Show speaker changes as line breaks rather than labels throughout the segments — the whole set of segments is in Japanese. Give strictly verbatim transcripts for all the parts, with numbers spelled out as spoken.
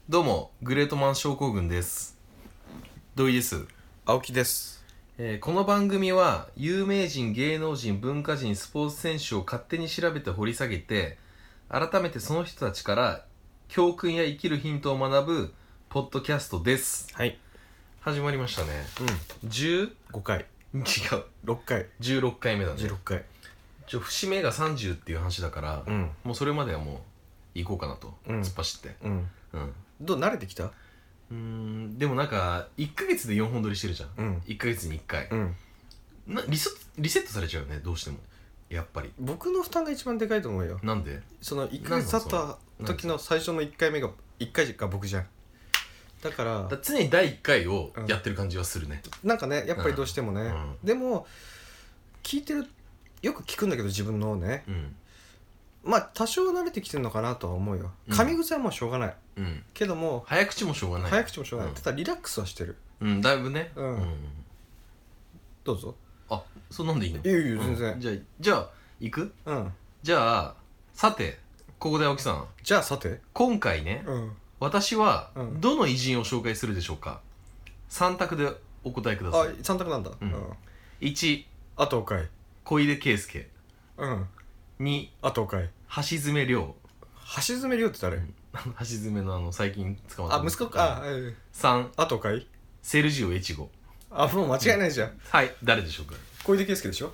どうもグレートマン症候群です。土井です。
青木です、
えー、この番組は有名人、芸能人、文化人、スポーツ選手を勝手に調べて掘り下げて、改めてその人たちから教訓や生きるヒントを学ぶポッドキャストです。
はい。
始まりましたね。
うん
じゅう
ごかい
違う
ろっかい
じゅうろっかいめだね。
じゅうろっかい。
ちょ節目がさんじゅうっていう話だから、
うん
もうそれまではもう行こうかなと、
うん
突っ走って
うん
うん
どう慣れてきた？
うーんでもなんかいっかげつでよんほん撮りしてるじゃん、
うん
いっかげつにいっかい、
うん
なリセリセットされちゃうよね、どうしてもやっぱり。
僕の負担が一番でかいと思うよ。
なんで？
そのいっかげつ経った時の最初のいっかいめがいっかいが僕じゃん。だから
だ常にだいいっかいをやってる感じはするね、
なんかねやっぱりどうしてもね、
うん
でも聞いてるよく聞くんだけど自分のね、
うん
まあ多少慣れてきてるのかなとは思うよ。
うん
噛み癖はもうしょうがない
うん
けども
早口もしょうがない、
早口もしょうがない、
うん
ただリラックスはしてる。
うんだいぶね、
うんどうぞ。
あ、そうなんでいいの？
いやいや全然、
うんじゃあじゃあ行く？
うん
じゃあさてここで青木さん、
じゃあさて
今回ね、
うん
私は
うん
どの偉人を紹介するでしょうか？さん択でお答えくださ
あ
い。
三択なんだ。
うんいち、
あとおかい。
小出圭介。
うん
に、
あとおかい。
橋爪亮。
橋爪亮って誰？
橋爪のあの最近捕まった
あ息子か。あうん
さん、
あとおかい。
セルジオ越後。
あもう間違いないじゃん。
はい誰でしょうか？
小出圭介でしょ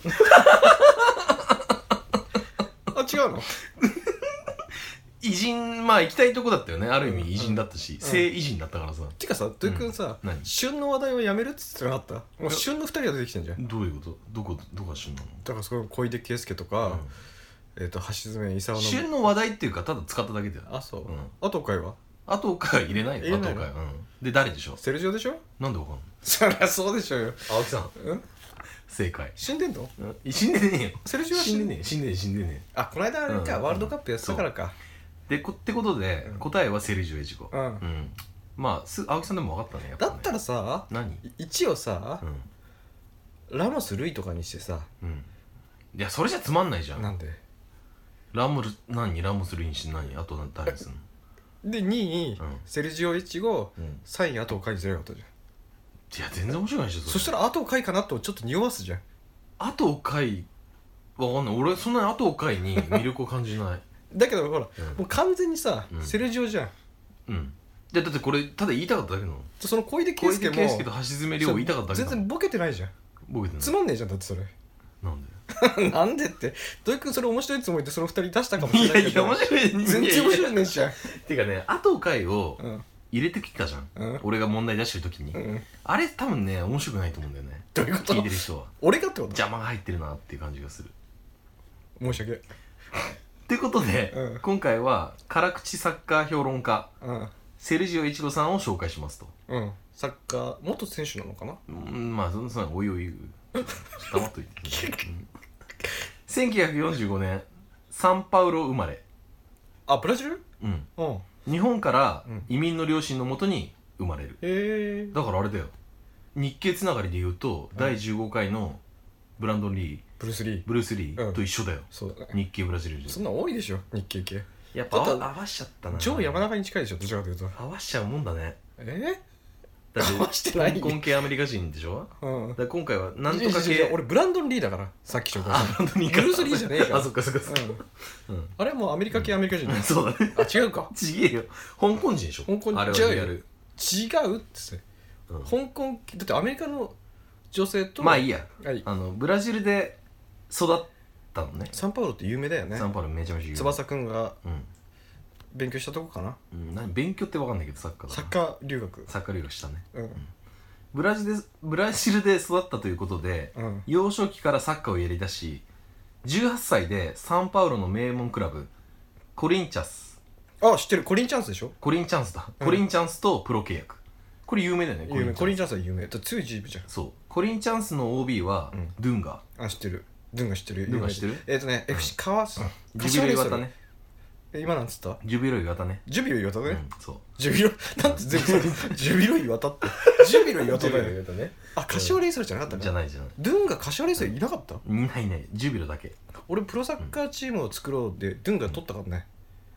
あ違うの？
偉人、まあ行きたいとこだったよね。ある意味偉人だったし、
ん
正偉人だったからさ。
てかさ土井くんさ、
うん何
旬の話題をやめるっつってなかった？もう旬のふたりが出てきてんじゃん。
どういうこと？どこどこが旬なの？
だからその小出圭介とか、えっと橋爪功の
旬の話題っていうかただ使っただけだよ。
あそう、
うん
あとおかいは
あとか入れないよ。
入れないの
あとか、うん、で誰でしょ
セルジオでしょ？
う？なんでわかんの？
そりゃそうでしょうよ。
青木さん
うん
正解。
死んでんの？
うん死んでねえよ。
セルジオは
死んでねえ死んでねえ死んでねえ。
あこの間あれか、
うん
ワールドカップやってたからか。
でこってことで、
うん
答えはセルジオ越後。
うん
うんまあす青木さんでも分かったねやっぱね。
だったらさ
何？
いちをさ
う、ん
ラモス・ルイとかにしてさ、
うんいやそれじゃつまんないじゃん。
なんで
ラムル何ラムスルインし何あと何誰にすんの？
でにいに、
うん
セルジオ越後、
うん
さんいあとおかいにすればよかったじゃん。
いや全然面白くないでしょそれ。
そしたらあとおかいかなとちょっと匂わすじゃん。
あとおかいわかんない俺そんなにあとおかいに魅力を感じない
だけどほら、
うん
もう完全にさ、
うん
セルジオじゃん。
うんでだってこれただ言いたかっただけなの。
その小出
小出
圭介も
圭介と橋爪亮を言いたかっただけなの。
全然ボケてないじゃん。
ボケてない
つまんねえじゃんだってそれ
なんで
なんでって土井くんそれ面白いつもりでそのふたり出したかもし
いや
れないけど
いや面白い
全然面白いねえじゃん。
てかねあとおかいを
うん
入れてきたじゃん、
うん
俺が問題出してる時に、
うん
あれ多分ね面白くないと思うんだよね。
どういうこと
聞いてる人は
俺がってこと
邪魔が入ってるなっていう感じがする。
申し訳ない。
ってことで、
うん
今回は辛口サッカー評論家
うん
セルジオ越後さんを紹介しますと。
うんサッカー元選手なのかな。
うんまあそのそのおいおいちょっと黙っといて、うんせんきゅうひゃくよんじゅうごねんサンパウロ生まれ、
あブラジル。
うん、
うん
日本から
うん
移民の両親のもとに生まれる。
へえ
だからあれだよ、日系つながりで言うと、
うん
だいじゅうごかいのブランドン・リー
ブルース・リー。
ブルース・リーと一緒だよ、
そうだね。
日系ブラジル人。
そんなん多いでしょ日系系。
やっ
ぱ合わ
合わしちゃったな。
ジョー山中に近いでしょどちらかというと。
合わしちゃうもんだね。
え
だって
合わしてない
香港系アメリカ人でしょ。
うん
だから今回はなんとか
いやいやいや
系。
俺ブランドン・リーだからさっき紹介
あ
した
ブランドンリーか。
ブルースリーじゃねえから
あそっかそっかそっか、
うん
うん
あれもうアメリカ系アメリカ人だよ
そうだね。
あ違うか
ちげえよ。香港人でしょ。
香港人
あれは
違うよ
リアル。
違うってさ
うん
香港だってアメリカの女性と
まあいいや。
はい
あのブラジルで育ったのね。
サンパウロって有名だよね。
サンパウロめちゃめちゃ有名。
翼くんが
うん。
勉強したとこかな。
うん、何勉強ってわかんないけどサッカーだな。
サッカー留学。
サッカー留学したね。
うん
ブラジルでブラジルで育ったということで、
うん
幼少期からサッカーをやりだし、じゅうはっさいでサンパウロの名門クラブコリンチャス
あ知ってるコリンチャンスでしょ。
コリンチャンスだ、
うん
コリンチャンスとプロ契約。これ有名だよね。
有名コリン
チャンス。
チャンスは有名だって強いチームじゃん。
そうコリンチャンスの オービー は、
うん
ドゥンガ
あ知ってるドゥンが知ってる
ドゥンが知ってる
えっとね エフシー 川
ジュビロ岩田ね。
え今なんつった
ジュビロ岩田ね。
ジュビロ岩田ね、
うん、そう
ジュビロなんて全部ジュビロ岩田ってジュビロ岩田だよ
岩田ね。
あ柏レイソルじゃなかったか
じゃないじゃない。
ドゥンが柏レイソルいなかった。
いないいないジュビロだけ。
俺プロサッカーチームを作ろうでドゥンが取ったからね。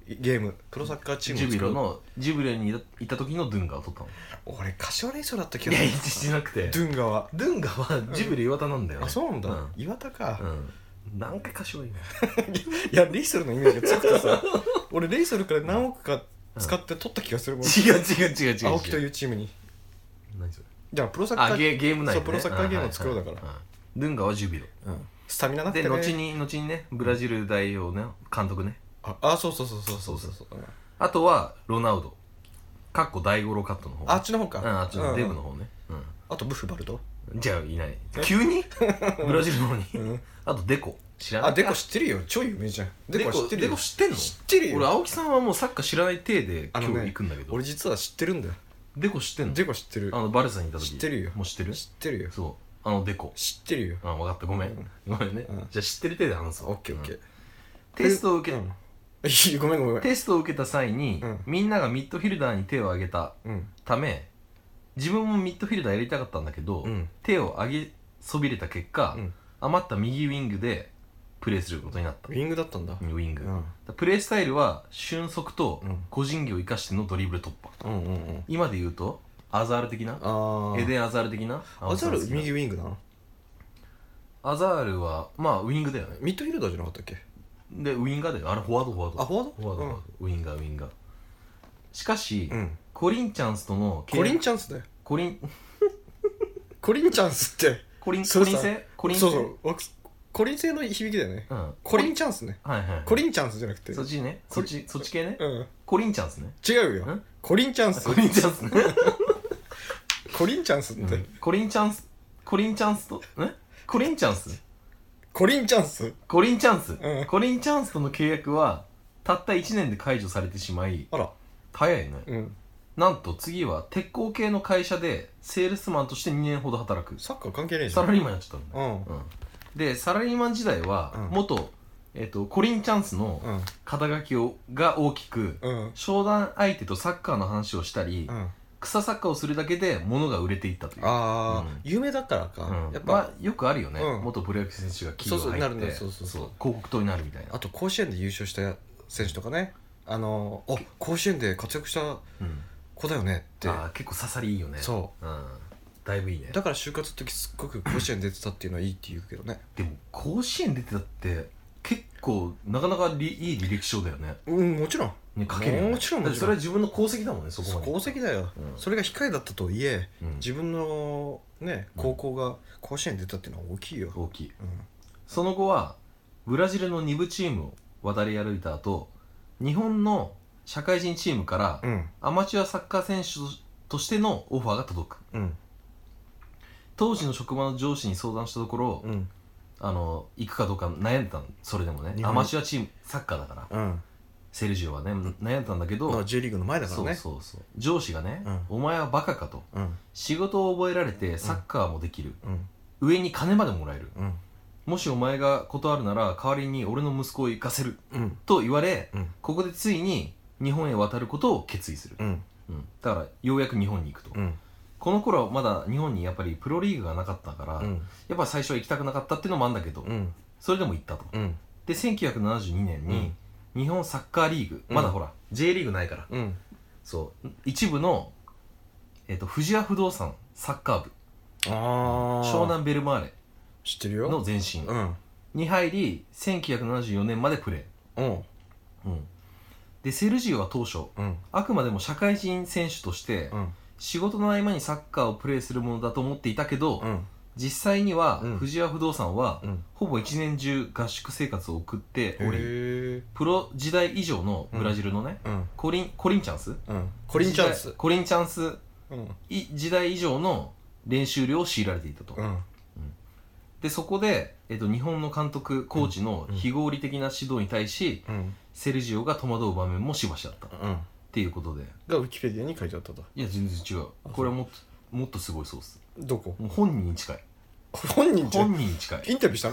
ゲームプロサッカーチーム
ジュビ
を作る
ロのジュビロにいた時のドゥンガを取ったの。
俺柏レイソルだった気
いや
がする
一致しなくて
ドゥンガは
ドゥンガはジュビロ岩田なんだよね。
あそうなんだ、
うん
岩田か、
うん何回柏いいね
いやレイソルのイメージが強くてさ俺レイソルから何億か使って取った気がするもん、
違う違う違う違う違う
青木というチームに
何それ。
じゃあプロサッカー
あゲゲーム内で、ね、
そうプロサッカーゲームを作ろうだから、
はいはいはいドゥンガはジュビロ
うん、スタミナなくて
で
ね
後に後にねブラジル代表の監督ね。
ああそうそうそうそうそうそうそう、うん、
あとはロナウドかっこ大五郎カットの方
あっちの方か、
うんあっちのデブの方ね。
あとブフバルト、
うんじゃあいない急にブラジルの方に、
うん、
あとデコ知らない。
あデコ知ってるよ超有名じゃんデコ知ってるよ
デコ知ってんの。
知ってるよ
俺青木さんはもうサッカー知らない体で今日
あのね
行くんだけど、
俺実は知ってるんだよ
デコ知ってんの。
デコ知ってる
あのバルサにいた時
知ってるよ
もう知ってる。
知ってるよ
そうあのデコ
知ってるよ
あ分かったごめん、
うん
ごめんね、
うん
じゃあ知ってる程度話すわ。
オッケーオッケー、
うんテストを受け、
うんいいごめんごめん
テストを受けた際に、
うん
みんながミッドフィルダーに手を挙げた
うん
ため自分もミッドフィルダーやりたかったんだけど、
うん
手を挙げそびれた結果、
うん
余った右ウィングでプレーすることになった
ウィングだったんだ
ウィング、
うん
プレースタイルは俊足と
うん
個人技を生かしてのドリブル突破、
うんうんうん
今で言うとアザール的な
あ
エデン・アザール的な
あアザール
青木さん好きな
右ウィングなの
アザールはまあウィングだよね。
ミッドフィルダーじゃなかったっけ
でウィンガーだよあれフォワードフォワード
あフォワード
フォワード、
うん
フォワードウィンガーウィンガーしかし、
うん
コリンチャンスとの契約
コリンチャンスだよ
コリン
コリンチャンスって
コリン
それさ
コリン製コリン製
そうそうわコリン製の響きだよね
うん
コリンチャンスね
はいはいはい
コリンチャンスじゃなくて
そっちねそっちそっち系ね
うん
コリンチャンスね
違うよ
ん
コリンチャンス
コリンチャンスね
コリンチャンスっ
うん
て
コリンチャンスコリンチャンスとえコリンチャンス
コリンチャンス
コリンチャンス
うん
コリンチャンスとの契約はたったいちねんで解除されてしまい
あら
早いね
うん
なんと次は鉄鋼系の会社でセールスマンとしてにねんほど働く
サッカー関係ねえじゃん
サラリーマンになっちゃったんだよ、
うん
うん、でサラリーマン時代は
うん
元、えっとコリンチャンスの
うん
肩書きをが大きく
うん
商談相手とサッカーの話をしたり、
うん
草サッカーをするだけで物が売れていったという
ああ、
うん
有名だからか、
うん
やっぱ、
まあ、よくあるよね、
うん
元プロ野球選手が企業入って
そうそうなるねそうそうそう
広告塔になるみたいな
あと甲子園で優勝した選手とかねあのー、あ甲子園で活躍した
うん、
子だよねって
あー結構刺さりいいよね、
そう
ん、だいぶいいね
だから就活の時すっごく甲子園出てたっていうのはいいって言うけどね
でも甲子園出てたって結構なかなかりいい履歴書だよね
うんもちろん
ね書けるよね
もちろん
だってそれは
もちろん
自分の功績だもんねそこまで
功績だよ、
うん
それが控えだったとはいえ、
うん
自分のね高校が甲子園出たっていうのは大きいよ、
大きい
うん
その後はブラジルのに部チームを渡り歩いた後日本の社会人チームから
うん
アマチュアサッカー選手としてのオファーが届く
うん
当時の職場の上司に相談したところ、
うん
あの行くかどうか悩んでたのそれでもね
日本
アマチュアチームサッカーだから
うん
セルジオはね悩んでたんだけど、
まあ J リーグの前だからね
そうそうそう上司がね、
うん
お前はバカかと
うん
仕事を覚えられてサッカーもできる、
うん
上に金までもらえる
うん
もしお前が断るなら代わりに俺の息子を行かせる
うん
と言われ、
うん
ここでついに日本へ渡ることを決意する、
うん
うんだからようやく日本に行くと、
うん
この頃はまだ日本にやっぱりプロリーグがなかったから、
うん
やっぱ最初は行きたくなかったっていうのもあるんだけど、
うん
それでも行ったと
うん
でせんきゅうひゃくななじゅうにねんに日本サッカーリーグ、
うん
まだほら J リーグないから、
うん
そう一部の、えっと富士屋不動産サッカー部
ああ
湘南ベルマーレ
知ってるよ
の前身
うん
に入りせんきゅうひゃくななじゅうよねんまでプレ
うん
ー、うん、でセルジオは当初
うん
あくまでも社会人選手として
うん
仕事の合間にサッカーをプレーするものだと思っていたけど、
うん
実際には
うん
富士屋不動産は
うん
ほぼ一年中合宿生活を送っており
へえ
プロ時代以上のブラジルのね、
うん
コリンコリンチャンス
うんコリンチャンス
時代コリンチャンス
うん
い時代以上の練習量を強いられていたと、
うん
でそこで、えっと、日本の監督コーチの非合理的な指導に対し、
うん
セルジオが戸惑う場面もしばしあったっ
うん
ていうことで
がウィキペディアに書いてあったと
いや全然違うこれはもっともっとすごいソース
どこ
もう本人に近い
本人じゃん
本人に近い
インタビューしたの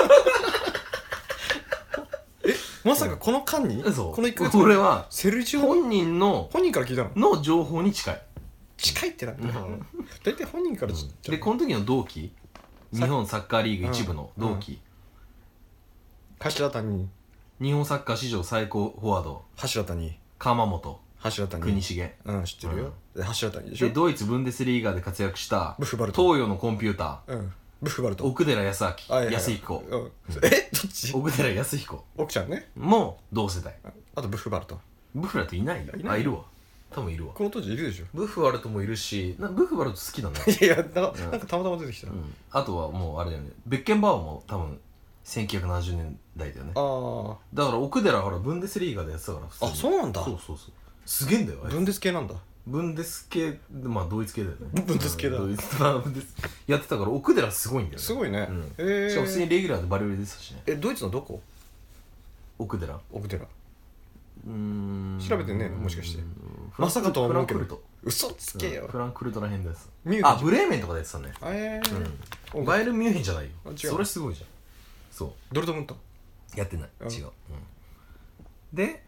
えまさかこの間に
そう
このいっかげつ
これは
セルジオ
本人の
本人から聞いたの
の情報に近い
近いってなんだよ
うん
大体本人から知っちゃう
でこの時の同期日本サッカーリーグ一部の同期、
頭谷
日本サッカー史上最高フォワード
柱谷
鎌本
柱谷
国重
うん知ってるよ、で柱谷でしょ。
でドイツブンデスリーガで活躍した
ブッフバルト
東洋のコンピュータ
うんブッフバル
ー
ト
奥寺康
はいはいはい
明康彦
うんえどっち
奥寺康彦
奥ちゃんね。
も同世代。
あとブッフバルト
ブッフバルトいないよ。
いない
あいるわ、多分いるわ。
この当時いるでしょ。
ブッフバルトもいるし、なブッフバルト好きだね
いやなんか
うん
なんかたまたま出てきた、
うんあとはもうあれだよね、ベッケンバウアーも多分せんきゅうひゃくななじゅうねんだいだよね。
あ
だから奥寺ほらブンデスリーガでやってたから普通に。
あそうなんだ。
そうそうそうすげえんだよあいつ。
ブンデス系なんだ。
ブンデス系、まあドイツ系だよね。
ブンデス系だ
うんドイツまあブンデスやってたから奥寺すごいんだよね。
すごいね、
うん
え
しかも普通に
ー、
レギュラーでバリバリ出てたしね。
えドイツのどこ
奥寺う
奥寺
ーん
調べてねえのもしかして
うん
まさかとは思うけど
フランクフルト
嘘つけよ、
うんフランクフルトらへんです。
ミュンヘン
あブレーメンとかでやってたね。
えー
うんバイエルンミュンヘンじゃないよ
あ違う
それすごいじゃん。そう
ドルトムント
やってない、
うん
違う、うん、で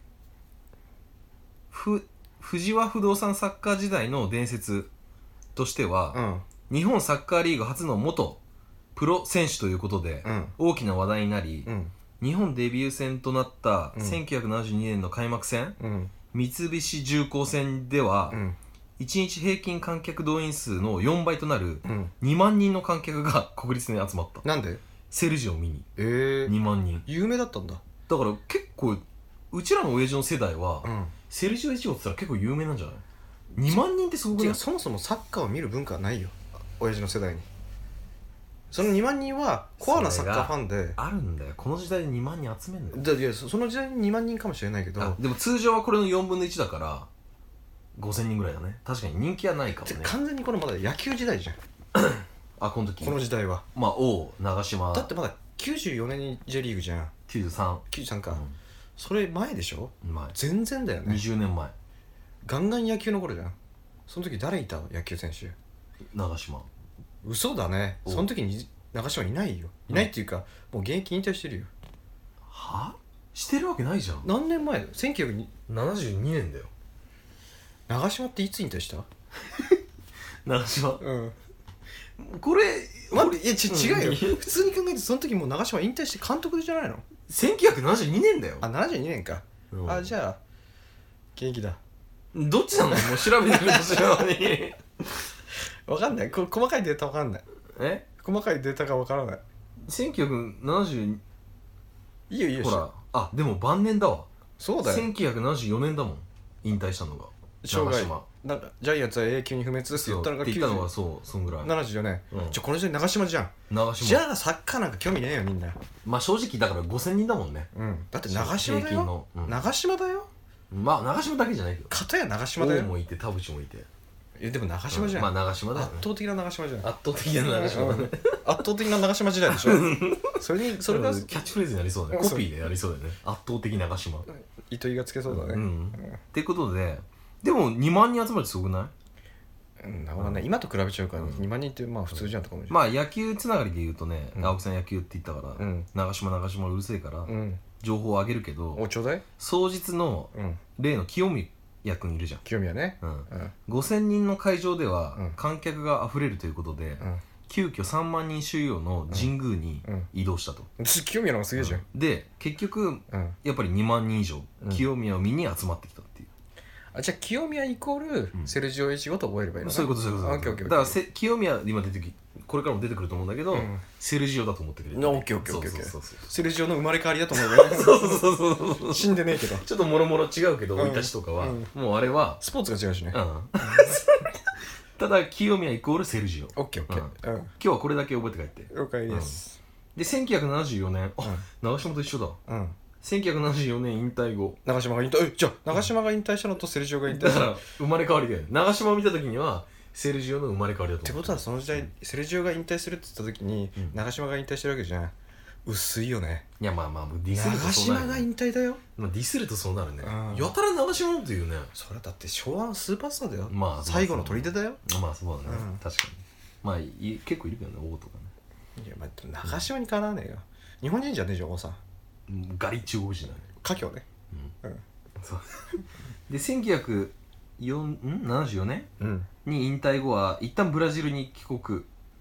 ふ藤和不動産サッカー時代の伝説としては、
うん
日本サッカーリーグ初の元プロ選手ということで、
うん
大きな話題になり、
うん
日本デビュー戦となった
うん
せんきゅうひゃくななじゅうにねんの開幕戦、
うん
三菱重工戦では、
うん
いちにち平均観客動員数のよんばいとなる
うん
にまんにんの観客が国立に集まった。
なんで
セルジを見に
えー、
にまんにん。
有名だったんだ。
だから結構うちらの親父の世代は、
うん
セルジオ一号って言ったら結構有名なんじゃない？ に 万人ってすごくない？
違うそもそもサッカーを見る文化はないよ親父の世代に。そのにまん人はコアなサッカーファンで
あるんだよ、この時代でにまんにん集めんだよ。
だいやそその時代ににまん人かもしれないけど
あでも通常はこれのよんぶんのいちだからごせんにんぐらいだね。確かに人気はないかもね。
完全にこのまだ野球時代じゃん
あこの時
この時代は。
まあ王長嶋
だってまだきゅうじゅうよねんに J リーグじゃん。
きゅうじゅうさん、
きゅうじゅうさんか、
う
それ前でしょ。
ん、前
全然だよね。
にじゅうねんまえ
ガンガン野球の頃じゃん。その時誰いた野球選手。
長嶋。
嘘だね。
お
その時に長嶋いないよ。いないっていうか、もう現役引退してるよ。
はしてるわけないじゃん。
何年前？せんきゅうひゃく
ななじゅうにねんだよ。
長嶋っていつ引退した？
長嶋
うん
これ
待って、いやち違うよ、
うん
普通に考えてその時もう長嶋引退して監督じゃないの？
せんきゅうひゃくななじゅうにねんだよ。
あななじゅうにねんか、
うん
あじゃあ現役だ。
どっちなの？もう調べてるとしように
わかんない、こ細かいデータわかんない、
え
細かいデータがわからない。
せんきゅうひゃくななじゅう
いいよいいよ。
ほらあでも晩年だわ。
そうだよ。
せんきゅうひゃくななじゅうよねんだもん引退したのが
生涯
長嶋
なんかジャイアンツは永久に不滅ですって言ったのが
って言ったのがそうそんぐらい
ななじゅうよねん、
うん
じゃあこの時代長嶋じゃん。
長嶋
じゃあサッカーなんか興味ねえよみんな。
まあ正直だからごせんにんだもんね。
うんだって長嶋だよ、
平均の、うん
長嶋だよ。
まあ長嶋だけじゃないけど
片や長嶋だよ。
王もいて田淵もいて
えでも長嶋じゃん、
まあ長嶋だよね
圧倒的な長嶋じゃん。
圧倒的な長嶋だね
圧倒的な長嶋時代でしょそれにそれが
キャッチフレーズになりそうだね
そう
コピーでやりそうだよね圧倒的長嶋
糸井がつけそうだね。
うんっていうことででもにまんにん集まるってすごくない？
うんなるほどね、今と比べちゃうから
うん
にまん人ってまあ普通じゃんとか思うじゃん。
まあ野球つながりで言うとね、
うん
青木さん野球って言ったから、
うん
長嶋長嶋うるせえから、
うん
情報をあげるけど
おちょうだい。
双日の
うん
例の清宮君いるじゃん、
清宮ね。
うん、
うん
ごせんにんの会場では
うん
観客があふれるということで、
うん
急遽さんまんにん収容の神宮に
うん
移動したと、
私清宮の方がすげえじゃん。
で結局
うん
やっぱりにまんにん以上、
うん
清宮を見に集まってきたっていう、
あじゃあ清宮イコール
うん
セルジオ越後と覚えればいいのね。
そういうことそういうこと
あオッケーオッケー
だからせ清宮今出てきこれからも出てくると思うんだけど、
うん
セルジオだと思ってくれる
あオッケーオッケーオッケーオッケー
そうそうそう
セルジオの生まれ変わりだと思うよね。
そうそうそうそうそう
死んでねえけど
ちょっともろもろ違うけど
うん
生い立ちとかは、
うん
もうあれは
スポーツが違うしね。
うんただ清宮イコールセルジオ
オッケーオッケー。うん
今日はこれだけ覚えて帰って
了解です。
でせんきゅうひゃくななじゅうよねんあ、
うん
長嶋と一緒だ
うん
せんきゅうひゃくななじゅうよねん引退後
長嶋が引退えじゃあ長嶋が引退したのとセルジオが引退したの
だから生まれ変わりだよね。長嶋を見た時にはセルジオの生まれ変わりだと思う。
ってことはその時代セルジオが引退するって言った時に、
うん
長嶋が引退してるわけじゃん。薄いよね。
いやまあまあディスると
長
そうなる、
嶋が
ね、
引退だよ。
まあ、ディスるとそうなるね、
うん
やたら長嶋っていうね。
それだって昭和のスーパースターだよ。
まあ
最後の砦だよ。
まあそうだね、
うん
確かにまあい結構いるけどね王とかね
いやまあ長嶋にかなわねえよ。日本人じゃねえじゃん王さん。
うんガリ中国人だね。
華僑ね。
うん
うん
そうでせんきゅうひゃくななじゅうよね
うん
んに引退後は一旦ブラジルに帰国。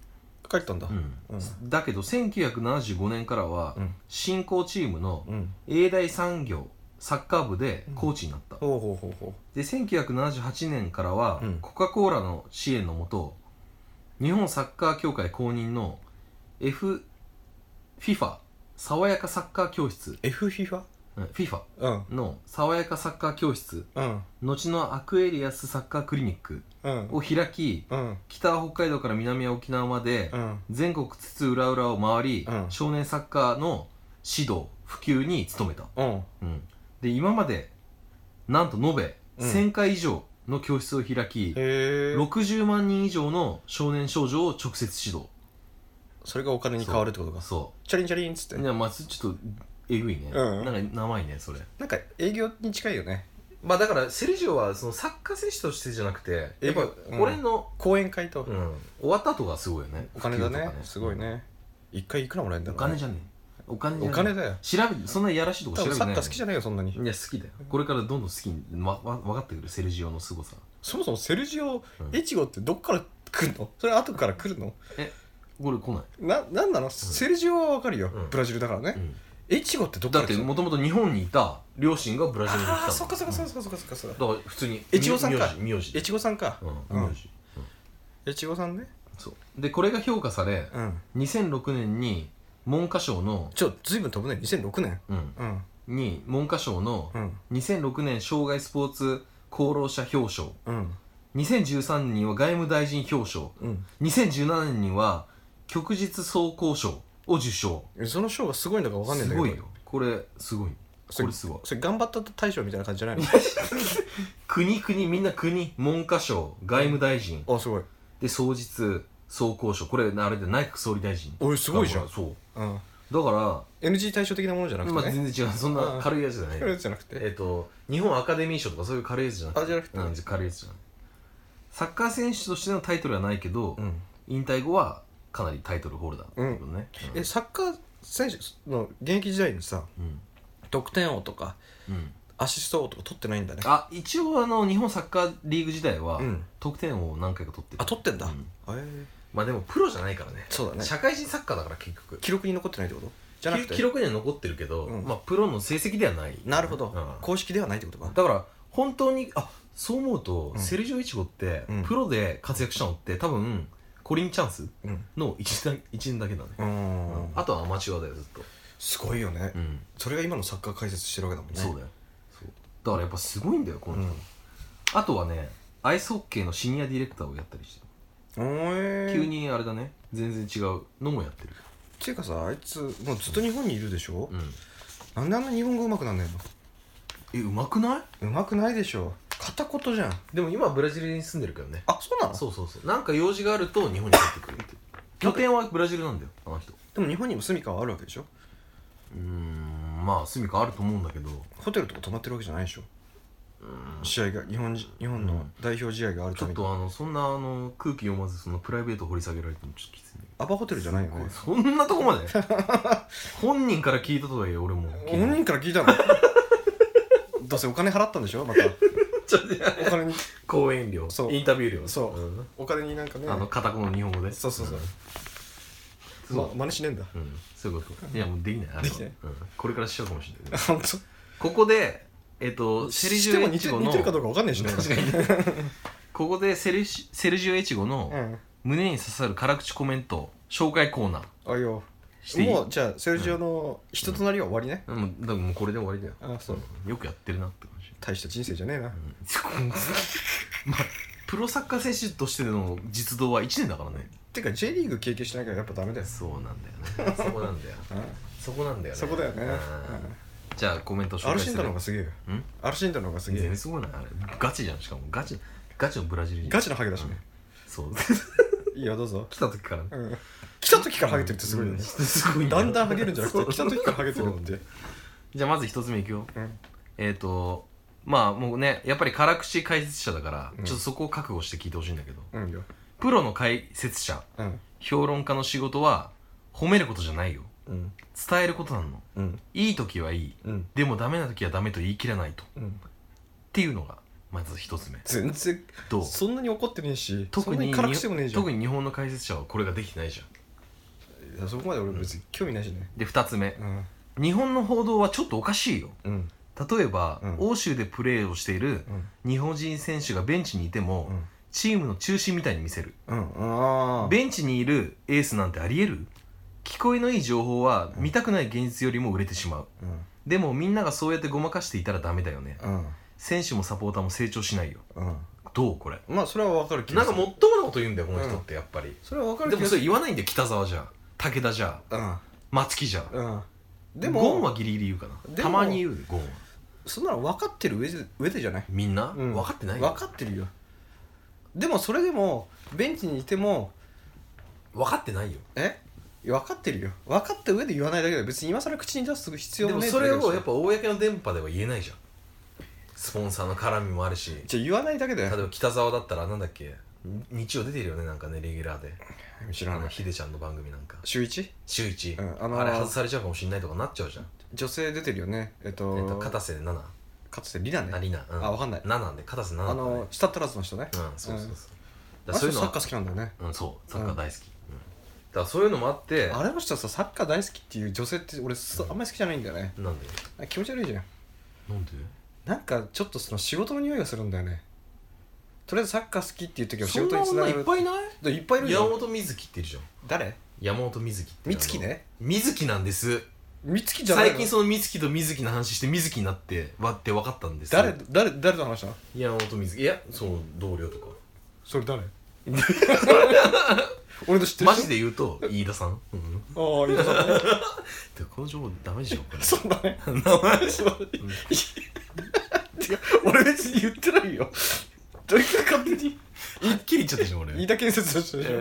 帰ったんだ。
うん
うん
だけどせんきゅうひゃくななじゅうごねんからは
うん
新興チームの
うん。
永大産業サッカー部でコーチになった、
ほうほうほうほ
でせんきゅうひゃくななじゅうはちねんからは、
うん
コカ・コーラの支援のもと日本サッカー協会公認の F フィファ爽やかサッカー教室
う。F フィファ。
うん フィフ
うん
ァの爽やかサッカー教室
うん
後のアクエリアスサッカークリニック
うん
を開き
うん
北は北海道から南は沖縄まで
うん
全国津々浦々を回り、
うん
少年サッカーの指導普及に努めた、
うん
うん、で今までなんと延べ
うん
せんかい以上の教室を開き、
へえ。
ろくじゅうまんにん以上の少年少女を直接指導。
それがお金に変わるってことか。
そ
チャリンチャリンっつって
ういやまあちょっとえぐいね、
うん
なんか生いねそれ。
なんか営業に近いよね。
まあだからセルジオはそのサッカー選手としてじゃなくてやっぱ
うん
これの、
講演会と
うん終わった後がすごいよね。
お金だね
普及とか
すごいね。一回いくらもらえるんだろうね。
お金じゃねえお金じゃねえ
お金だよ。
調べてそんなやらしいとこ
多分
調べてない
サッカー好きじゃないよそんなに。
いや好きだよこれからどんどん好きにわわ分かってくるセルジオの凄さ。
そもそもセルジオ
うん
越後ってどっから来るの？それ後から来るの？
これ来ない、
な、なんなの？セルジオはわかるよ
うん
ブラジルだからね。
うん
越後ってどっか
だって
ら来たの？
もともと日本にいた両親がブラジルに来たの。
ああそっかそっかそっかそっかそっかそっか。
だから普通に
越後さんか
名字名字
越後さんか。
うん名字、
越後さんね。
そうでこれが評価され
うん。
にせんろくねんに文科省の、
ちょずいぶん飛ぶね。にせんろくねん。
うん
うん
に文科省の
うん
にせんろくねん障害スポーツ功労者表彰、
うん
にせんじゅうさんねんには外務大臣表彰、
うん
にせんじゅうななねんには旭日総合賞を受賞。
え。その賞がすごいのかわかんないんだけど。
すごいよこれすごいこれすごい
それ頑張った大賞みたいな感じじゃないの？
国国みんな国文科省外務大臣
あすごい。
で双日総合賞これあれで内閣総理大臣
おいすごいじゃん。
そう
うん。
だか
エヌジー 対象的なものじゃな
ら、まあ、
くてね。
全然違うそんな軽いやつじゃない
それじゃなくて。
えっと日本アカデミー賞とかそういう軽いやつじゃなくて
あじゃなくて
うん軽いやつじゃないサッカー選手としてのタイトルはないけど、
うん。
引退後はかなりタイトルホルダーってことね、うん
えサッカー選手の現役時代にさ
うん
得点王とか
うん
アシスト王とか取ってないんだね。
あ一応あの日本サッカーリーグ時代は、
うん
得点王を何回か取ってる
あ取ってんだ。
うん
へえ。
まあでもプロじゃないからね
そうだね。
社会人サッカーだから結局
記録に残ってないってことじゃなくて。
記録には残ってるけど、
うん
まあプロの成績ではない
なるほど、
うん
公式ではないってことか。
だから本当にあそう思うと、
うん
セルジオイチゴって、
うん
プロで活躍したのって多分コリンチャンス
うん
の一年一年だけだね、
うーん
あとはアマチュアだよずっと、
すごいよね、
うん
それが今のサッカー解説してるわけだもんね。
そうだよそうだからやっぱすごいんだよこの人、
うん
あとはねアイスホッケーのシニアディレクターをやったりして
おー
る急にあれだね全然違うのもやってる
っていうかさあいつもうずっと日本にいるでしょ、
うん
なんであんな日本語上手くなんねんの？
えうまくない
上手くないでしょ片言じゃん。
でも今はブラジルに住んでるけどね
あそうなの？
そうそうそうなんか用事があると日本に帰ってくるって拠点はブラジルなんだよあの人
でも日本にも住みかはあるわけでしょ。
うーんまあ住みかあると思うんだけど
ホテルとか泊まってるわけじゃないでしょ。
うん
試合が日本じ日本の代表試合があるために、
ちょっとあのそんなあの空気読まずそのプライベート掘り下げられてもちょっときついね
アパホテルじゃないよね。
そんなとこまで本人から聞いたとはいえ俺も
本人から聞いたのどうせお金払ったんでしょまた
ちょっと
お金に
講演料
そう
インタビュー料
そうんお金になんかね
あの片言の日本語で
そうそうそう、
うん
ま、真似しねえんだ
うんそういうこといやもうできないあれは
できない
うんこれからしようかもしれない
本当
ここでえっとセルジオ
しても似て
エチゴの
似てるかどうかわかんないしね
確かにここでセルシセルジオエチゴの
うん
胸に刺さる辛口コメント紹介コーナー
あいよ
していい
もうじゃあセルジオの人となりは終わりね、
もうだからもうこれで終わりだよ
あそう
うんよくやってるなって感じ
大した人生じゃねえな、
うんまあプロサッカー選手としての実動はいちねんだからね
てか J リーグ経験しなきゃやっぱダメだよ、
そうなんだよねそこなんだよ
う
そこなんだよ
ん、
ね
そこだよね、
うん
うん
じゃあコメント紹介する
アルシンドの方がすげえよ
うん
アルシンドの方がすげえ
全然すごいなあれガチじゃんしかもガチガチのブラジル人
ガチのハゲだしね、
そう
いいよどうぞ、
来た時からね
うん、来た時からハゲてるってすごいよね、
うんすごい
だんだんハゲるんじゃなく
そう
て来た時からハゲてるって
じゃあまず一つ目いくよ
うん
えっとまあもうねやっぱり辛口解説者だから、
うん
ちょっとそこを覚悟して聞いてほしいんだけど
うんよ
プロの解説者
うん
評論家の仕事は褒めることじゃないよ
うん
伝えることなの
うん
いい時はいい
うん
でもダメな時はダメと言い切れないとっ
うん
ていうのがまず一つ目
全然
どう
そんなに怒ってねえし
特に
そんなに辛くしてもねえじゃん
特に日本の解説者はこれができてないじゃん
いやそこまで俺別に興味ないしね。
でふたつめ、
うん
日本の報道はちょっとおかしいよ。
うん
例えば、
うん
欧州でプレーをしている
うん
日本人選手がベンチにいても、
うん
チームの中心みたいに見せる。
うんああ
ベンチにいるエースなんてありえる？聞こえのいい情報は見たくない現実よりも売れてしまう。でもみんながそうやってごまかしていたらダメだよね。
うん
選手もサポーターも成長しないよ。
うん
どうこれ？
まあそれは分かる気
なんか
がする。
もっともなこと言うんだよこの人ってやっぱり。
それは分かる
でもそ
気がする。
れ言わないんだよ。北沢じゃ、武田じゃ、
うん
松木じゃ。
うんで
で
も
もゴンはギリギリ言うかな。
でも
たまに言うよゴンは。
そんなの分かってる上で上でじゃない。
みんな、
うん
分かってないよ。
分かってるよ。でもそれでもベンチにいても
分かってないよ。
え分かってるよ。分かった上で言わないだけで別に今更口に出す必要
で
もねえ
もそれをやっ
ぱ
ぱ公の電波では言えないじゃん。スポンサーの絡みもあるし、
じゃあ言わないだけだ
例え
よ。
ば北沢だったらなんだっけ、日曜出てるよねなんかねレギュラーで。あの
知らない。
ヒデちゃんの番組なんか
週一
週一、
うんあのー
あれ外されちゃうかもしんないとかなっちゃうじゃん。
女性出てるよね。えっと、
えっと片瀬奈々、
かつてリナね。
ありな、うん、
あわかんない
奈々で片瀬
あ
奈々だね
のスタッドラズの人ね。
うんそうそうそう、
うん
だからそういうのは
あの人サッカー好きなんだよね。
うんそうサッカー大好き、うんだからそういうのもあって
あれの人はさサッカー大好きっていう女性って俺そあんまり好きじゃないんだよね。
なんで
気持ち悪いじゃん。
なんで
なんかちょっとその仕事の匂いがするんだよね。とりあえずサッカー好きっていう時は仕
そんな
事につながる。
女いっぱいない
でいっぱいいるじゃん。
山本瑞希っているじゃん。
誰？
山本瑞希って
美月ね。
瑞希なんです。
美月じゃないの？
最近その美月と瑞希の話して瑞希になって割って分かったんです。
誰誰誰と話したの？
山本瑞希、いやその同僚とか
それ誰？俺の知ってる人？
マジで言うと飯田さん、うん、
ああ飯田さんね。
でこの情報ダメでしょこれ。
そうだね。
名前
そう違う俺別に言ってないよ。どういうか勝手に
はっきり言っちゃったじゃん俺。
飯田建設の人でしょ。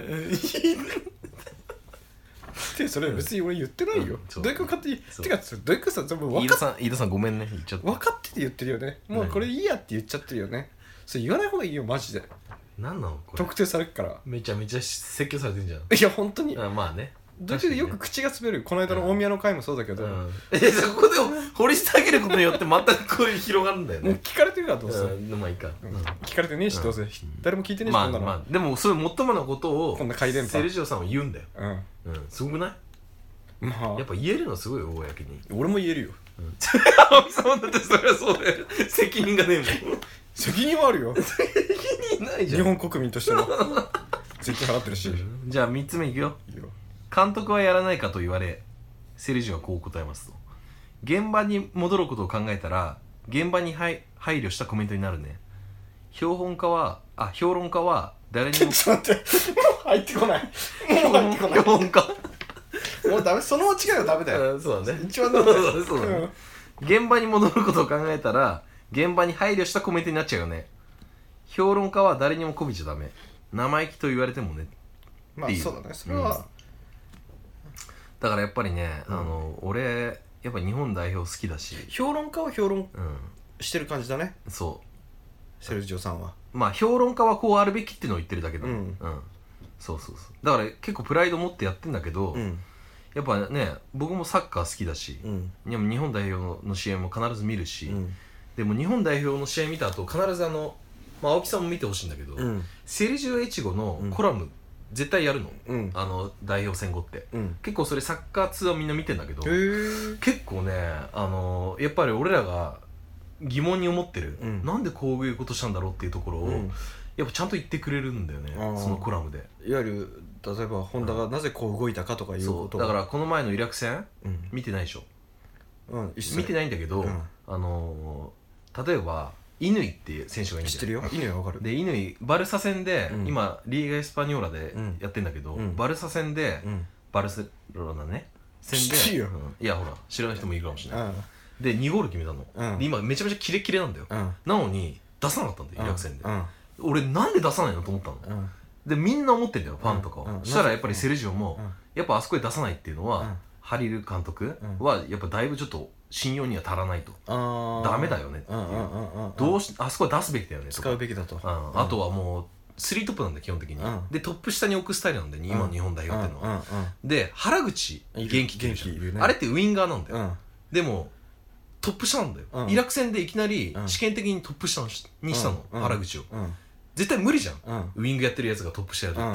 でそれ別に俺言ってないよ。
そう
どういうか勝手に
そう
てかそれどういうかさ全部分かっ
飯田さん飯田さんごめんね言っちゃった。
分かってて言ってるよね。もうこれいいやって言っちゃってるよね。それ言わない方がいいよマジで。
なんなのこれ。
特定されるから。
めちゃめちゃ説教されてんじゃん。
いや本当に。
あまあね。
どういうよく口が滑る。この間の大宮の回もそうだけど、
うん、えそこで掘り下げることによってまたこういう広がるんだよ
もう
ね。
聞かれてるからどうせ、
うんまあいいか、
うん
うん
聞かれてねえしどうせ、誰も聞いてねえし、
まあ
こんなの、
まあでもそういうもっともなことを
こんな回電波
セルジオさんは言うんだよ。
うん
うんすごくない？
まあ
やっぱ言えるのすごいよ公に。
俺も言えるよ。
青木さんだってそれはそうだよ。責任がねえもん。
責任はあるよ。
責任ないじゃん。
日本国民としての税金払ってるし、いいよ。
じゃあみっつめいくよ。監督はやらないかと言われセルジオはこう答えますと。現場に戻ることを考えたら現場に配配慮したコメントになるね。評論家はあ評論家は誰にも
ちょっと待って、もう入ってこない。もう入ってこない。
評論家
もうダメ、その違いはダメだよ。
うんそうだね。
一番ダメだよ。
そうだね。現場に戻ることを考えたら現場に配慮したコメントになっちゃうよね。評論家は誰にも媚びちゃダメ。生意気と言われてもね。
まあそうだね、それは、
だからやっぱりね、
うん
あの俺やっぱ日本代表好きだし、
評論家は評論
うん
してる感じだね、
そ
セルジオさんは。
うまあ評論家はこうあるべきっていうのを言ってるだけど、
うん
そうそうそうだから結構プライド持ってやってんだけど、
うん
やっぱね僕もサッカー好きだし、
うん
でも日本代表の試合も必ず見るし、
うん
でも日本代表の試合見た後必ずあの、まあ、青木さんも見てほしいんだけど、
うん
セルジオ越後のコラム、絶対やるの、
うん
あの代表戦後って
うん
結構それサッカー通はみんな見てんだけど、
へえ
結構ねあのやっぱり俺らが疑問に思ってる、
うん
なんでこういうことしたんだろうっていうところを、
うん
やっぱちゃんと言ってくれるんだよね
あー
そのコラムで。
いわゆる例えばホンダがなぜこう動いたかとかいうこと
そうだからこの前のイラク戦
うん
見てないでしょ。
うん一切
見てないんだけど、
うん
あのー例えば乾っていう選手がいるんだよ。
知ってるよ、いいのよ、わかる。
で乾バルサ戦で、
うん
今リーガエスパニョーラで
うん
やってんだけど、
うん
バルサ戦で、
うん
バルセロナね戦で
知ってるよ
うんいやほら知らない人もいるかもしれない、
うん
でにゴール決めたの、
うん
で今めちゃめちゃキレッキレなんだよ、
うん
なのに出さなかったんだよイラク戦で、
うん
俺なんで出さないのと思ったの、
うん
でみんな思ってんだよファンとかは、
うんうん
そしたらやっぱりセルジオも、
うん
やっぱあそこで出さないっていうのは、
うん
ハリル監督
うん
はやっぱだいぶちょっと信用には足らないと、
あー
ダメだよねっていう
うんうんうんうん
どうしあそこは出すべきだよねとか
使うべきだと。
うんあとはもうスリートップなんだよ基本的に、
うん
でトップ下に置くスタイルなんだよ、今の日本代表っていうのは、
うんうん
で原口
いる
元気っていうじゃん
元気いるね
あれってウインガーなんだよ、
うんうん
でもトップ下なんだよ、
うん
イラク戦でいきなり
うん
試験的にトップ下にしたの、
うん
原口を
うん
絶対無理じゃん、
うん
ウイングやってるやつがトップ下やるって、
うん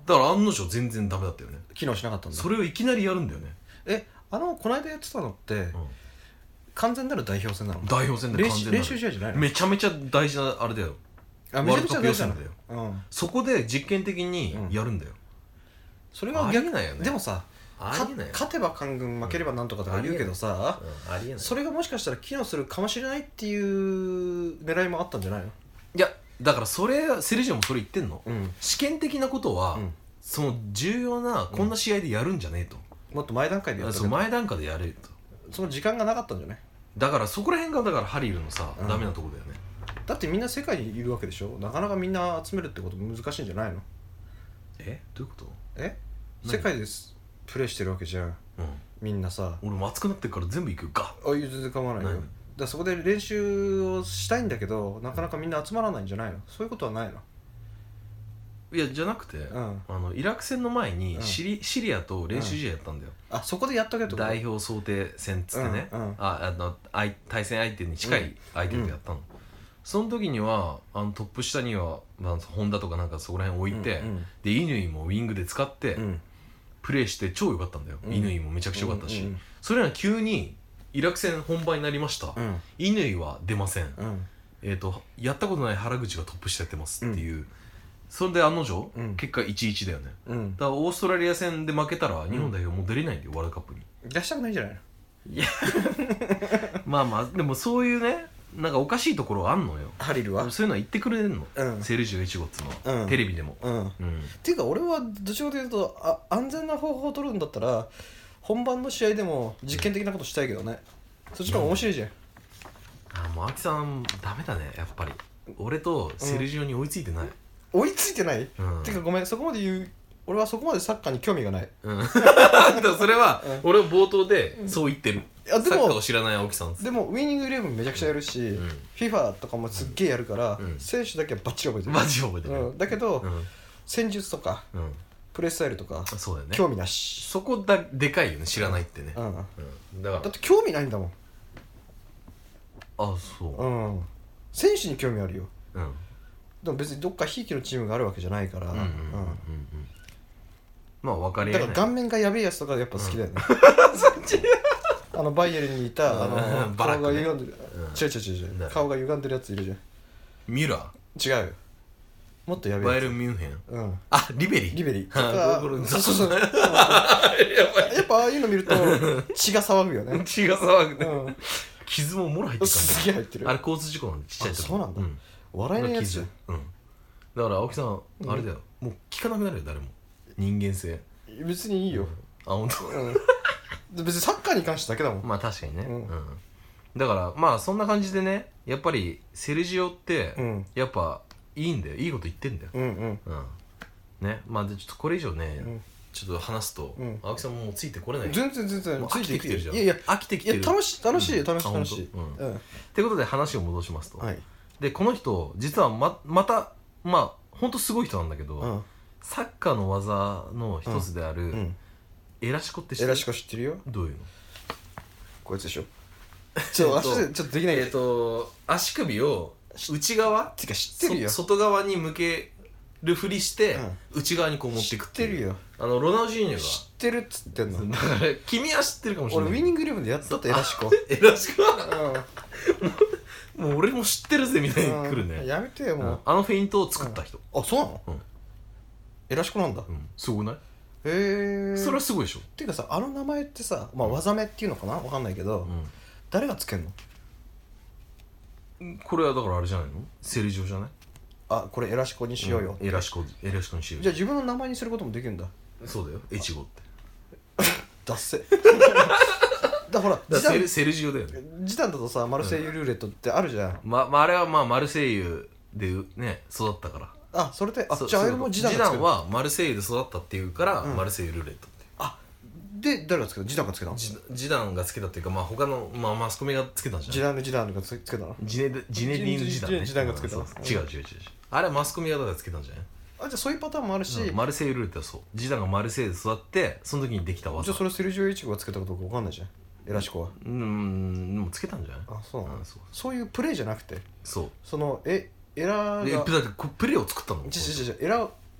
だから案の定全然ダメだったよね。
機能しなかったんだ。
それをいきなりやるんだよね。
えあのこの間やってたのって、うん、完全なる代表戦なの？
代表戦で完全なる
練習試合じゃないの？
めちゃめちゃ大事なあれだよ。
あめちゃめちゃ大事
なんだよ、うん、そこで実験的にやるんだよ、うん、
それが
逆ないよね。
でもさ勝てば官軍負ければなんとかとか言うけどさ、うん、ありえない。それがもしかしたら機能するかもしれないっていう狙いもあったんじゃないの？
いやだからそれセルジオもそれ言ってんの、うん、試験的なことは、うん、その重要なこんな試合でやるんじゃねえと、
うん、もっと前段階でやったけど
前段階でやれと。
その時間がなかったんじゃない？
だからそこら辺がだからハリルのさ、うん、ダメなとこだよね。
だってみんな世界にいるわけでしょ。なかなかみんな集めるってこと難しいんじゃないの？
えどういうこと？
え世界でプレイしてるわけじゃん、うん、みんなさ。
俺も熱くなってるから全部行くか。
あいや全然構わないよ。だからそこで練習をしたいんだけどなかなかみんな集まらないんじゃないの？そういうことはないの？
いやじゃなくて、うん、あのイラク戦の前にシリ、うん、シリアと練習試合やったんだよ、
うん、あそこでやっとけと
代表想定戦っつってね、うんうん、ああの対戦相手に近い相手とやったの、うん、その時にはあのトップ下には、まあ、ホンダとかなんかそこら辺置いて、うんうん、で乾もウィングで使って、うん、プレーして超良かったんだよ、うん、乾もめちゃくちゃ良かったし、うんうん、それら急にイラク戦本番になりました、うん、乾は出ません、うん、えーとやったことない原口がトップ下やってますっていう、うん、それで案の定、うん、結果 いちいち だよね、うん、だからオーストラリア戦で負けたら日本代表もう出れないんだよ、うん、ワールドカップに
出したくないんじゃないの？
いやまあまあでもそういうねなんかおかしいところはあんのよ。
ハリルは
そういうのは言ってくれるの、うん、セルジオ越後っつうのは、うん、テレビでも、うんうん、
っていうか俺はどちらかというとあ安全な方法を取るんだったら本番の試合でも実験的なことしたいけどね、そっちの方が面白いじゃん、うん、
あもう秋さんダメだねやっぱり俺とセルジオに追いついてない、
うん、追いついてない、うん、てかごめんそこまで言う俺はそこまでサッカーに興味がない、うん、
だからそれは、うん、俺は冒頭でそう言ってる、
いやでも
サッカーを知らない青木さん
でもウィニングイレブンめちゃくちゃやるし、うん、FIFA とかもすっげえやるから、うん、選手だけはバッチリ覚えてる
バッチリ覚えてる、
うん、だけど、うん、戦術とか、うん、プレースタイルとかそうだよ、ね、興味なし。
そこだでかいよね知らないってね、うんうん
うん、だからだって興味ないんだもん。
あそう、
うん、選手に興味あるよ、うん、でも別にどっかひいきのチームがあるわけじゃないから、うんうんうんうん、
まあ分かりやすい。
だから顔面がやべえやつとかやっぱ好きだよね、うん、あのバイエルンにいたあの顔が歪んでる、うん、違う違う違う違う顔が歪んでるやついるじゃん。
ミュラ
ー違うよもっとやべえやつ。
バイエルンミュンヘン、
うん、
あリベリ
リベリとかそうそうそうやっぱああいうの見ると血が騒ぐよね
血が騒ぐね、うん、傷ももろ入ってるから、ね、
すげえ入ってる。
あれ交通事故なんでちっちゃい時。
そうなんだ、うん、笑えないやつじゃん、うん、
だから青木さんあれだよ、うん、もう聞かなくなるよ誰も人間性。
別にいいよ、
うん、あ本当、
うん、別にサッカーに関してだけだもん。
まあ確かにね、うんうん、だからまあそんな感じでねやっぱりセルジオって、うん、やっぱいいんだよいいこと言ってんだよ、うんうんうん、ねまあちょっとこれ以上ね、うん、ちょっと話すと、うん、青木さんももうついてこれない。
全然全然
飽きてきてるじゃん。
いやいや
飽きてきてる。
いや楽しい楽しい、うん、楽しい楽しい、
うんうん、ってことで話を戻しますと、はい、でこの人実は ま, またまあほんとすごい人なんだけど、うん、サッカーの技の一つである、うんうん、エラシコって知ってる？
エラシコ知ってるよ。
どういうの？
こいつでしょちょっと足でちょっとできないけど、えっと
足首を内側
てか知ってるよ
外側に向けるふりして、うん、内側にこう持っていくっていう。
知ってるよ。あ
のロナウジーニョが
知ってるっつってんの。
だから君は知ってるかもしれない。
俺ウィニングイレブンでやっとったエラシコ
エラシコもう俺も知ってるぜみたいに来るね、
うん、やめてよもう、うん、
あのフェイントを作った人、
うん、あそうなの、うん、エラシコなんだ、
うん、すごくない？
へえ。
それはすごいでしょ。
っていうかさあの名前ってさ、まあ、技名っていうのかなわかんないけど、うん、誰がつけんの？
これはだからあれじゃないの？セルジオじゃない？
あこれエラシコにしようよ、
うん、エラシコエラシコにしようよ。
じゃあ自分の名前にすることもできるんだ。
そうだよエチゴって
ダッセだほら
だセル、セルジオだよね。
ジダンだとさマルセイユルーレットってあるじゃん、
うん、ま、まあ、あれはまあマルセイユでね育ったから。
あそれであじゃああれもジダン
がつける。ジダンはマルセイユで育ったっていうから、うん、マルセイユルーレットって。
あで誰がつけた？ジダンがつけたの？
ジ, ジダンがつけたっていうかまあ他の、まあ、マスコミがつけたんじゃん。
ジダンのジダンがつけたの？
ジネジネディーヌジダンね。
ジダンがつけたの？
違う違う違う違う。あれはマスコミがだからつけたんじゃない？
あじゃあそういうパターンもあるし、
うん、マルセイユルーレットはそうジダンがマルセイユで育ってその時にできた技。
じゃあそれセルジオエチゴがつけたことか分かんないじゃんエラシコは。
うんでもつけたんじゃない？
あそうなの、うん、そうそういうプレーじゃなくて
そう
そのえエラーが
えだってプレーを作ったの？
違う違う違うエラ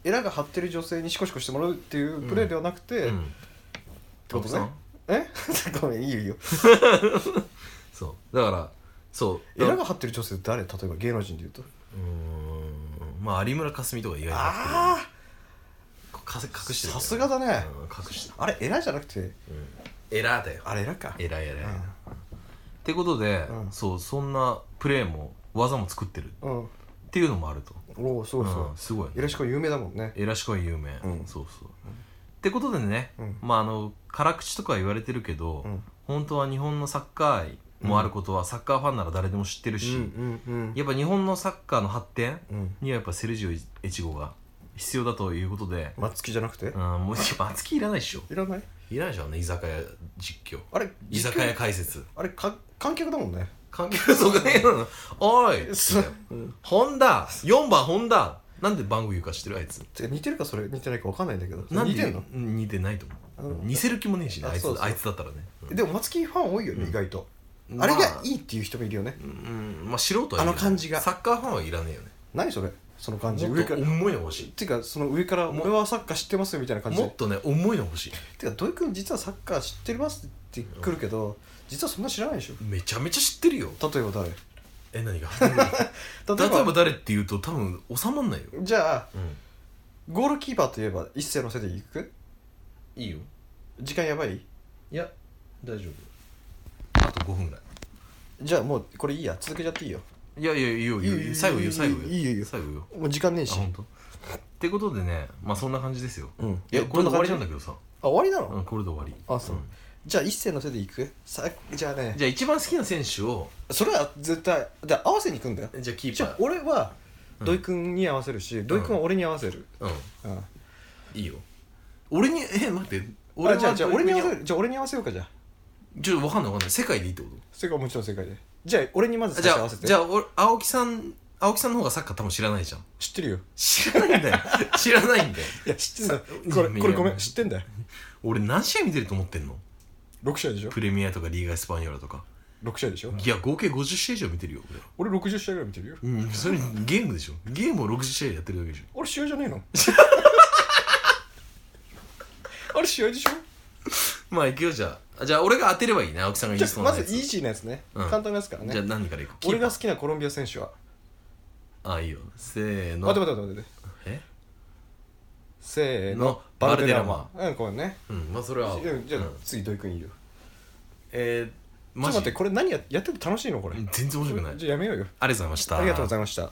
エラが張ってる女性にシコシコしてもらうっていうプレーではなくて、
うん
ってことね。えごめんいいよいいよ
そうだからそう
エラが張ってる女性って誰？例えば芸能人で言うと。
うーんまあ有村架純とか意外に張ってる
あ
かせ隠してる
さすがだね、
うん隠してる
あれエラじゃなくて、
うんエラーだよ
あれエラか。
エラエラエラ
うん
ってことで、
うん
そうそんなプレーも技も作ってる
うん
っていうのもあると
おおそうそう、
んすごいね
エラシコ有名だもんね。
エラシコは有名、
うん
そうそう、ってことでね、
うん
まああの辛口とか言われてるけど、
うん
本当は日本のサッカー愛もあることはサッカーファンなら誰でも知ってるし、
うんうん
やっぱ日本のサッカーの発展
うん
にはやっぱセルジオエチゴが必要だということで、
松木じゃなくて、
うん、もう松木いらないでしょ
いらない。
いらないでしょね居酒屋実況
あれ
居酒屋解説
あれか観客だもんね。
関係そうかねおい
そううん
本田よんばん本田なんで番号言うか知ってるあいつ
てか似てるかそれ似てないか分かんないんだけど。
なんで
似てんの？
うん似てないと思う
うん
似せる気もねえしねあいつ
そうそう
あいつだったらねうん
でも松木ファン多いよね、
うん
意外と。
ま
あれがいいっていう人もいるよね。
うんまあ素人はいいよね
あの感じが
サッカーファンはいらねえよね
何それその感じ。
もっと
上から
重いの欲しい
てかその上から
も
俺はサッカー知ってますよみたいな感じで。
もっとね重いの欲しい
てか土井くん実はサッカー知ってますってくるけど、実はそんな知らないでしょ。
めちゃめちゃ知ってるよ
例えば誰？
え何が
例
例えば誰って言うと多分収まんないよ
じゃあ
うん
ゴールキーパーといえば一斉のせでいく？
いいよ
時間やばい？
いや大丈夫あとごふんぐらい
じゃあもうこれいいや、続けちゃっていいよ。
いやいやいいよいいよ
いいよ
最後言う最後言う
いいよいいよ
最後言うよ
もう時間ねえし。
あ本当。ってことでねまあそんな感じですよ
うん。
いやこれで終わりなんだ
け
けどさ
ど。あ、終わりなの？
うんこれで終わり
あ、そう。
ん
じゃあ一斉のせでいく？さじゃあね。
じゃあ一番好きな選手を
それは絶対じゃあ合わせに行くんだよ。
じゃあキー
じゃあ
パー
俺は
うん
土井くんに合わせるし、土井くんは俺に合わせる。
うん
うん。
いいよ俺にえ待って俺は
俺じゃあじゃあ俺に合わせ
る
る。じゃあ俺に合わせようかじゃあ。
ちょっと分かんない分かんない世界でいいってこ
世界はもちろん世界で。じゃあ俺にまず
とじゃあ
最初合わせて。
じゃあ俺青木さん青木さんの方がサッカー多分知らないじゃん
知ってるよ。
知らないんだよ知らないんだよ
いや知ってんだよ。
さ
これこれごめん知ってんだよ。
俺何試合見てると思ってんの
ろく試合でしょ。
プレミアとかリーガエスパニョーラとか
ろく試合でしょ。
いや合計ごじゅっ試合以上見てるよ
俺ろくじゅう試合ぐらい見てるよ。
俺うんそれゲームでしょゲームをろくじゅっ試合やってるだけでしょ
俺試合じゃねえの？あれ試合でしょ。
まあ行くよじゃあじゃあ俺が当てればいいね青木さんが言い
じゃあ
そうなやつ
まずイージーなやつね。
うん
簡単なやつからね。
じゃあ何からいく
俺が
キー
好きなコロンビア選手は。
パーあいいよせーの
待って待って待って待って。
え
せーの
の
バルデラ
バ
マ。うんごめんね。
うんまあそれは
うんじゃあ
うん
次土井くんいいよ。
えー
ちょっ
マジ
と待ってこれ何ややってて楽しいのこれ。
全然面白くない
じゃあやめようよ。
ありがとうございました
ありがとうございました。